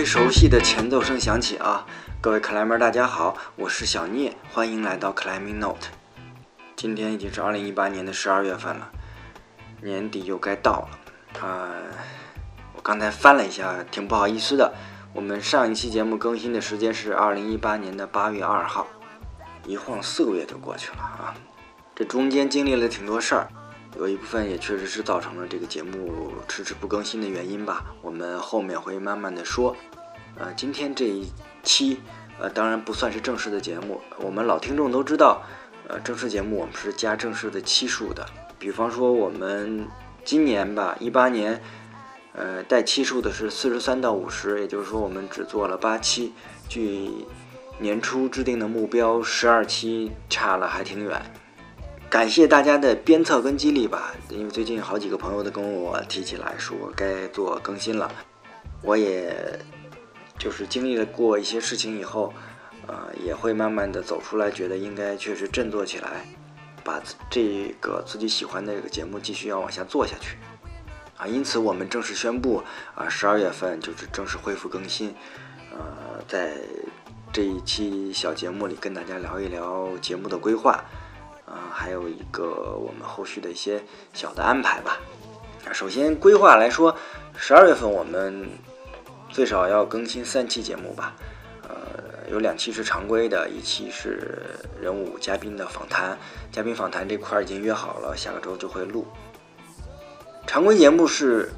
熟悉的前奏声响起啊！各位克莱门大家好，我是小聂，欢迎来到 Climbing Note。今天已经是2018年的12月份了，年底又该到了。我刚才翻了一下，挺不好意思的。我们上一期节目更新的时间是2018年的8月2号，一晃4个月就过去了啊！这中间经历了挺多事儿。有一部分也确实是造成了这个节目迟迟不更新的原因吧，我们后面会慢慢的说。今天这一期当然不算是正式的节目，我们老听众都知道，正式节目我们是加正式的期数的。比方说我们今年吧，18年，带期数的是43到50，也就是说我们只做了8期，距年初制定的目标12期差了还挺远。感谢大家的鞭策跟激励吧，因为最近好几个朋友都跟我提起来说该做更新了，我也就是经历了过一些事情以后，也会慢慢的走出来，觉得应该确实振作起来，把这个自己喜欢的这个节目继续要往下做下去因此我们正式宣布12月份就是正式恢复更新，在这一期小节目里跟大家聊一聊节目的规划。还有一个我们后续的一些小的安排吧。首先规划来说，12月份我们最少要更新3期节目吧。有2期是常规的，1期是人物嘉宾的访谈。嘉宾访谈这块已经约好了，下个周就会录。常规节目是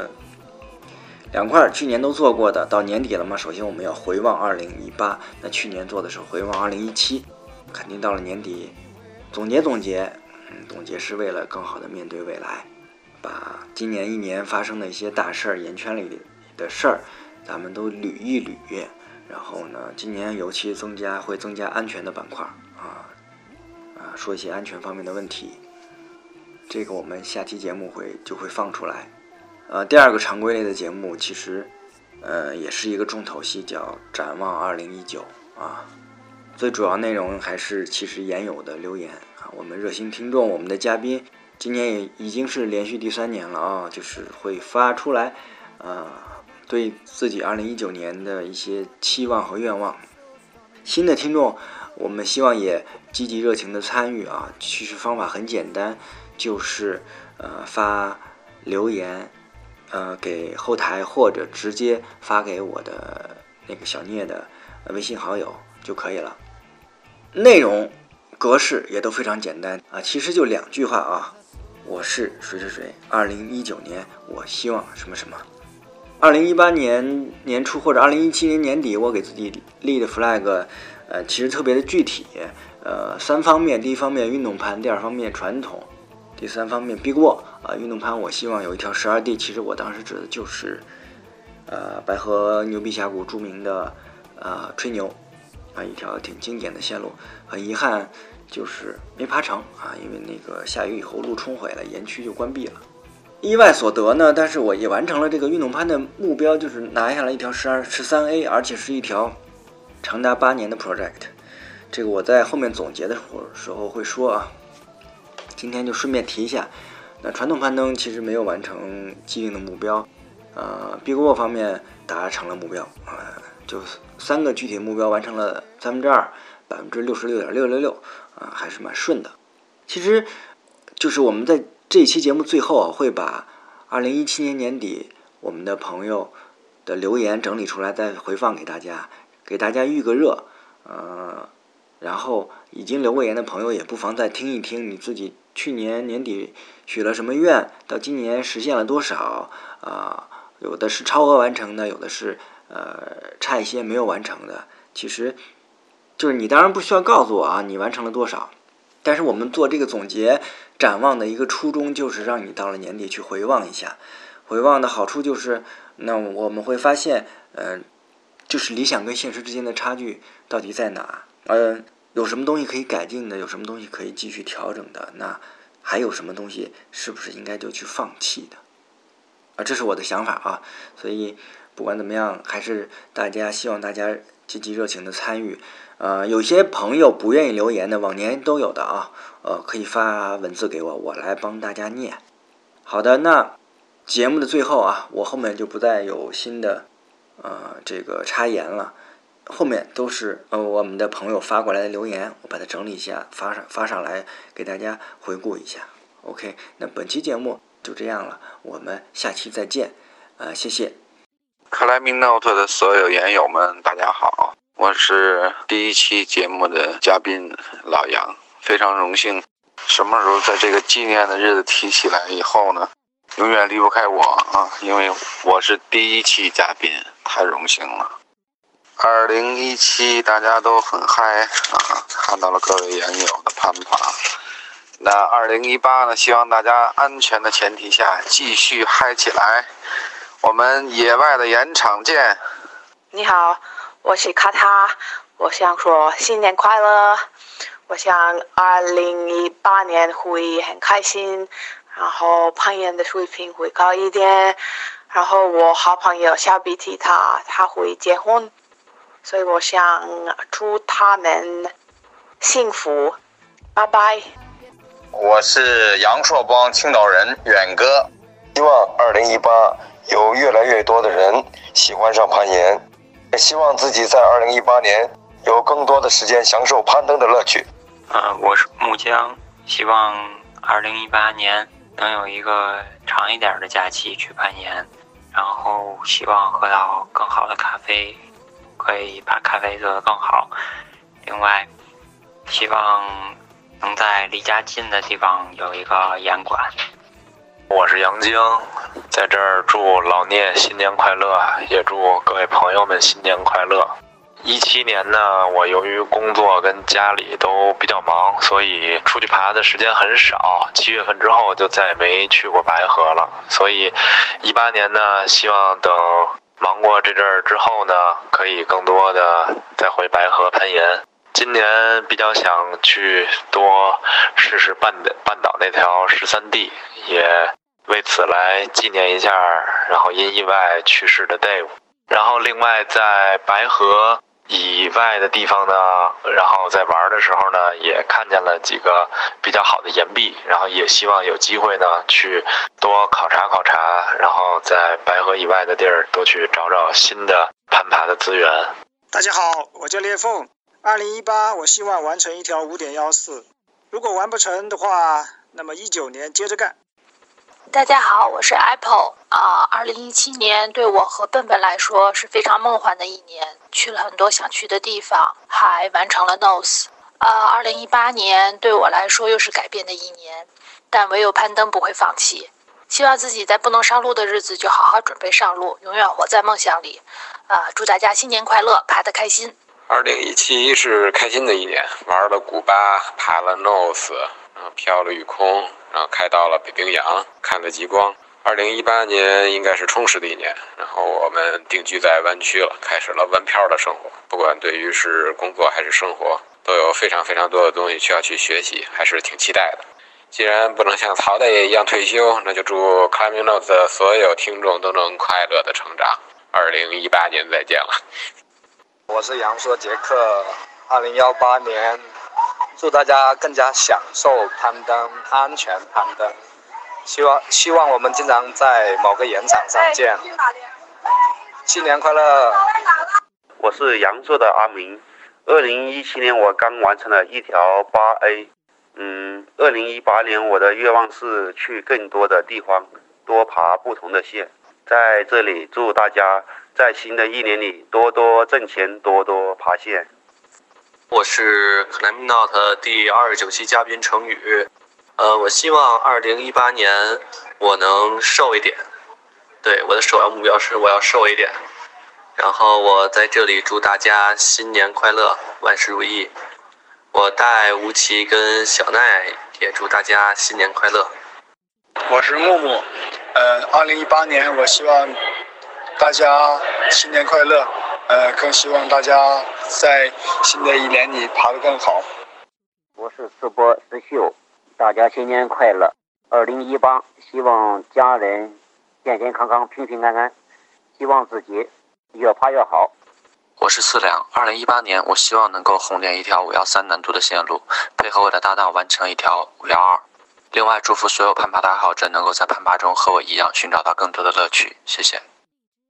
2块，去年都做过的，到年底了嘛，首先我们要回望2018，那去年做的是回望2017，肯定到了年底。总结，总结是为了更好的面对未来，把今年1年发生的一些大事儿、圆圈里的事儿，咱们都捋一捋。然后呢，今年尤其会增加安全的板块说一些安全方面的问题。这个我们下期节目就会放出来。第二个常规类的节目其实也是一个重头戏，叫展望2019最主要内容还是其实原有的留言我们热心听众，我们的嘉宾，今年也已经是连续第3年了就是会发出来对自己2019年的一些期望和愿望。新的听众，我们希望也积极热情的参与其实方法很简单，就是发留言给后台，或者直接发给我的那个小聂的微信好友就可以了。内容格式也都非常简单其实就2句话我是谁谁谁，2019年我希望什么什么。2018年年初或者2017年年底，我给自己立的 flag 其实特别的具体3方面。第一方面运动盘，第2方面传统，第3方面 Big Wall 运动盘我希望有一条12D，其实我当时指的就是白河牛壁峡谷著名的吹牛一条挺经典的线路。很遗憾就是没爬成因为那个下雨以后路冲毁了，园区就关闭了。意外所得呢，但是我也完成了这个运动攀的目标，就是拿下了一条13A， 而且是一条长达8年的 project。 这个我在后面总结的时候会说今天就顺便提一下。那传统攀登其实没有完成既定的目标Big Wall 方面达成了目标就3个具体目标完成了2%、66.666%还是蛮顺的。其实就是我们在这一期节目最后会把2017年年底我们的朋友的留言整理出来，再回放给大家预个热然后已经留过言的朋友也不妨再听一听你自己去年年底许了什么愿，到今年实现了多少有的是超额完成的，有的是差一些没有完成的。其实就是你当然不需要告诉我你完成了多少，但是我们做这个总结展望的一个初衷就是让你到了年底去回望一下。回望的好处就是那我们会发现就是理想跟现实之间的差距到底在哪有什么东西可以改进的，有什么东西可以继续调整的，那还有什么东西是不是应该就去放弃的这是我的想法所以不管怎么样，还是希望大家积极热情的参与有些朋友不愿意留言的，往年都有的可以发文字给我，我来帮大家念。好的，那节目的最后我后面就不再有新的这个插言了。后面都是我们的朋友发过来的留言，我把它整理一下发上来给大家回顾一下。OK， 那本期节目就这样了，我们下期再见，谢谢。 Climbing Note 的所有研友们，大家好，我是第一期节目的嘉宾老杨，非常荣幸，什么时候在这个纪念的日子提起来以后呢，永远离不开我啊，因为我是第一期嘉宾，太荣幸了。2017大家都很嗨啊，看到了各位研友的攀爬。那2018呢，希望大家安全的前提下继续嗨起来。我们野外的岩场见。 你好，我是卡塔，我想说新年快乐。我想2018年会很开心，然后攀岩的水平会高一点，然后我好朋友小 BT 他会结婚，所以我想祝他们幸福，拜拜。 我是杨朔邦青岛人远哥，希望2018有越来越多的人喜欢上攀岩，也希望自己在2018年有更多的时间享受攀登的乐趣。 我是木江，希望2018年能有一个长一点的假期去攀岩，然后希望喝到更好的咖啡，可以把咖啡做得更好。另外，希望能在离家近的地方有一个岩馆。 我是杨晶，在这儿祝老聂新年快乐，也祝各位朋友们新年快乐。17年呢，我由于工作跟家里都比较忙，所以出去爬的时间很少。7月份之后就再也没去过白河了，所以18年呢，希望等忙过这阵儿之后呢，可以更多的再回白河攀岩。今年比较想去多试试半岛那条13D，也为此来纪念一下然后因意外去世的 Dave。 然后另外在白河以外的地方呢，然后在玩的时候呢，也看见了几个比较好的岩壁，然后也希望有机会呢去多考察考察，然后在白河以外的地儿多去找找新的攀爬的资源。 大家好，我叫烈凤。2018我希望完成一条5.14，如果完不成的话，那么19年接着干。 大家好，我是 Apple。2017年对我和笨笨来说是非常梦幻的一年，去了很多想去的地方，还完成了 Nose。2018年对我来说又是改变的一年，但唯有攀登不会放弃。希望自己在不能上路的日子就好好准备上路，永远活在梦想里。祝大家新年快乐，爬得开心。 2017是开心的一年，玩了古巴，爬了 Nose， 然后飘了雨空，然后开到了北冰洋，看了极光。2018年应该是充实的一年，然后我们定居在湾区了，开始了湾漂的生活。不管对于是工作还是生活，都有非常非常多的东西需要去学习，还是挺期待的。既然不能像曹大爷一样退休，那就祝 Climbing Notes 的所有听众都能快乐的成长。2018年再见了。 我是杨硕杰克，2018年祝大家更加享受攀登，安全攀登。希望我们经常在某个岩场上见。新年快乐！ 我是杨硕的阿明。2017年我刚完成了一条8A。2018年我的愿望是去更多的地方，多爬不同的线。在这里祝大家在新的一年里多多挣钱，多多爬线。 我是 Climbing Note 第29期嘉宾程宇。我希望2018年我能瘦一点。对，我的首要目标是我要瘦一点。然后我在这里祝大家新年快乐，万事如意。我带吴奇跟小奈也祝大家新年快乐。 我是木木。2018年我希望大家新年快乐，更希望大家在新的一年里爬得更好。 我是四波石秀，大家新年快乐。2018希望家人健健康康、平平安安，希望自己越爬越好。 我是四两，2018年我希望能够红练一条513难度的线路，配合我的搭档完成一条512。另外祝福所有攀爬的爱好者能够在攀爬中和我一样寻找到更多的乐趣，谢谢。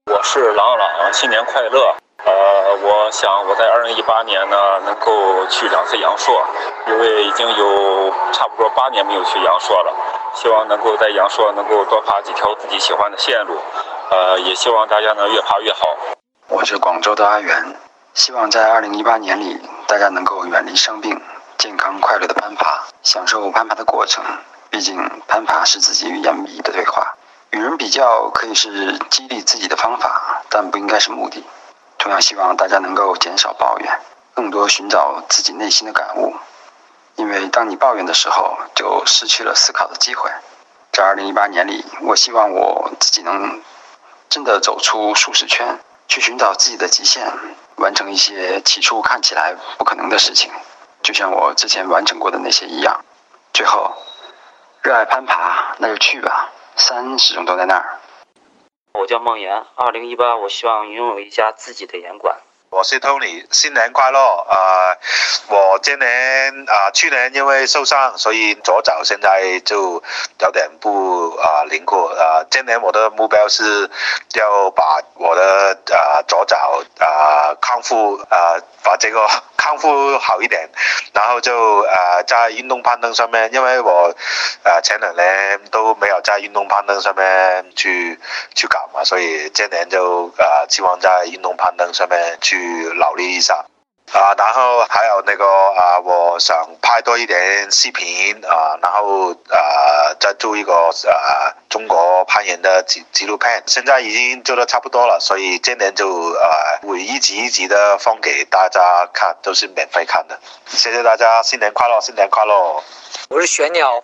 我是朗朗，新年快乐。我想我在2018年呢能够去2次阳朔，因为已经有差不多8年没有去阳朔了，希望能够在阳朔能够多爬几条自己喜欢的线路，也希望大家能越爬越好。 我是广州的阿元，希望在2018年里大家能够远离生病，健康快乐的攀爬，享受攀爬的过程。毕竟攀爬是自己与岩壁的对话，与人比较可以是激励自己的方法，但不应该是目的。同样希望大家能够减少抱怨，更多寻找自己内心的感悟，因为当你抱怨的时候，就失去了思考的机会。在2018年里，我希望我自己能真的走出舒适圈，去寻找自己的极限，完成一些起初看起来不可能的事情，就像我之前完成过的那些一样。最后，热爱攀爬，那就去吧，山始终都在那儿。 我叫孟岩，2018我希望拥有一家自己的严馆。 我是 Tony， 新年快乐！我今年去年因为受伤，所以左脚现在就有点不灵活。今年我的目标是要把我的左脚康复，把这个康复好一点，然后就在运动攀登上面，因为我前2年都没有在运动攀登上面去搞嘛，所以今年就希望在运动攀登上面去努力一下。然后还有那个我想拍多一点视频然后再做一个中国攀岩的纪录片，现在已经做得差不多了，所以今年就会一集一集的放给大家看，都是免费看的。谢谢大家，新年快乐，新年快乐！ 我是玄鸟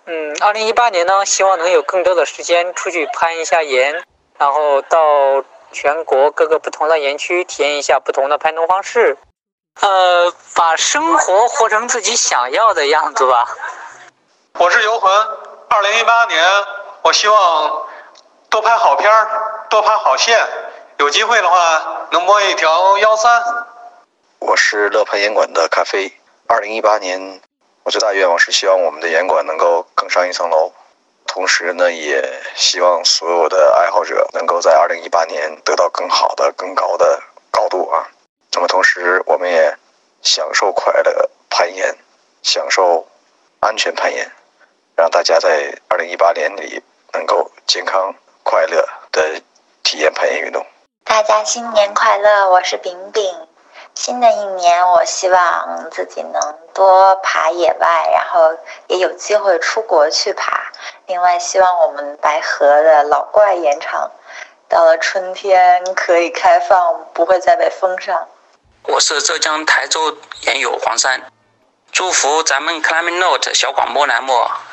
，2018年呢，希望能有更多的时间出去攀一下岩，然后到全国各个不同的岩区体验一下不同的攀登方式。把生活活成自己想要的样子吧。 我是游魂，2018年我希望多拍好片儿，多拍好线，有机会的话能摸一条13。 我是乐攀岩馆的咖啡，2018年我最大愿望是希望我们的岩馆能够更上一层楼，同时呢也希望所有的爱好者能够在2018年得到更好的更高的高度啊。那么同时我们也享受快乐攀岩，享受安全攀岩，让大家在2018年里能够健康快乐的体验攀岩运动。 大家新年快乐，我是饼饼。新的一年我希望自己能多爬野外，然后也有机会出国去爬。另外希望我们白河的老怪岩场到了春天可以开放，不会再被封上。 我是浙江台州岩友黄山，祝福咱们 Climbing Note 小广播栏目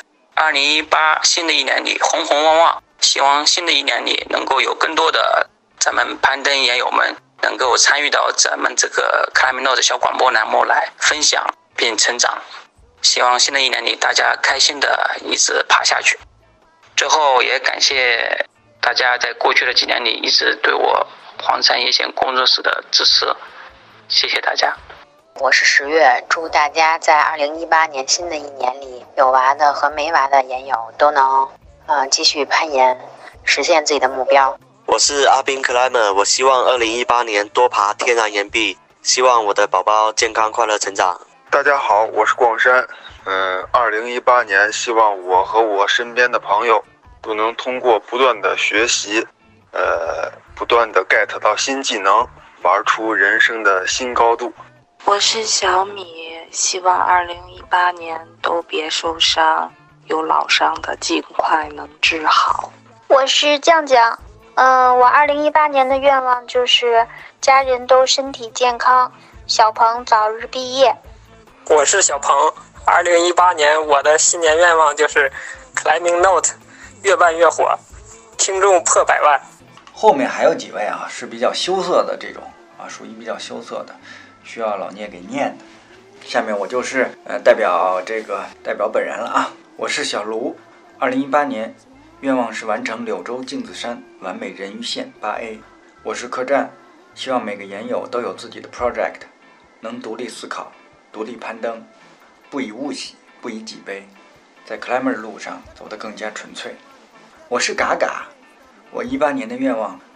2018新的一年里红红旺旺，希望新的一年里能够有更多的咱们攀登岩友们能够参与到咱们这个 Climbing Note 小广播栏目来分享并成长，希望新的一年里大家开心的一直爬下去。最后也感谢大家在过去的几年里一直对我黄山野险工作室的支持，谢谢大家。 我是10月，祝大家在2018年新的一年里，有娃的和没娃的岩友都能继续攀岩，实现自己的目标。 我是阿斌 Climber， 我希望2018年多爬天然岩壁，希望我的宝宝健康快乐成长。 大家好，我是广山。2018年希望我和我身边的朋友都能通过不断的学习，不断的 get 到新技能，玩出人生的新高度。 我是小米，希望2018年都别受伤，有老伤的尽快能治好。 我是酱酱，我2018年的愿望就是家人都身体健康，小鹏早日毕业。 我是小鹏，2018年我的新年愿望就是 Climbing Note 越办越火，听众破100万。 后面还有几位是比较羞涩的这种属于比较羞涩的，需要老聂给念的。下面我就是代表本人了我是小卢，2018年愿望是完成柳州镜子山完美人鱼线8A。我是客栈，希望每个岩友都有自己的 project， 能独立思考，独立攀登，不以物喜，不以己悲，在 climber 路上走得更加纯粹。我是嘎嘎，我18年的愿望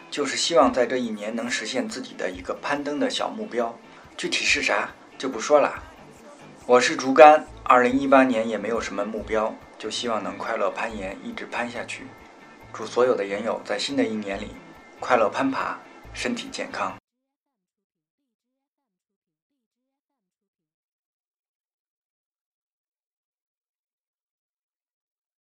就是希望在这一年能实现自己的一个攀登的小目标，具体是啥就不说了。我是竹竿，2018年也没有什么目标，就希望能快乐攀岩，一直攀下去。祝所有的岩友在新的一年里快乐攀爬，身体健康。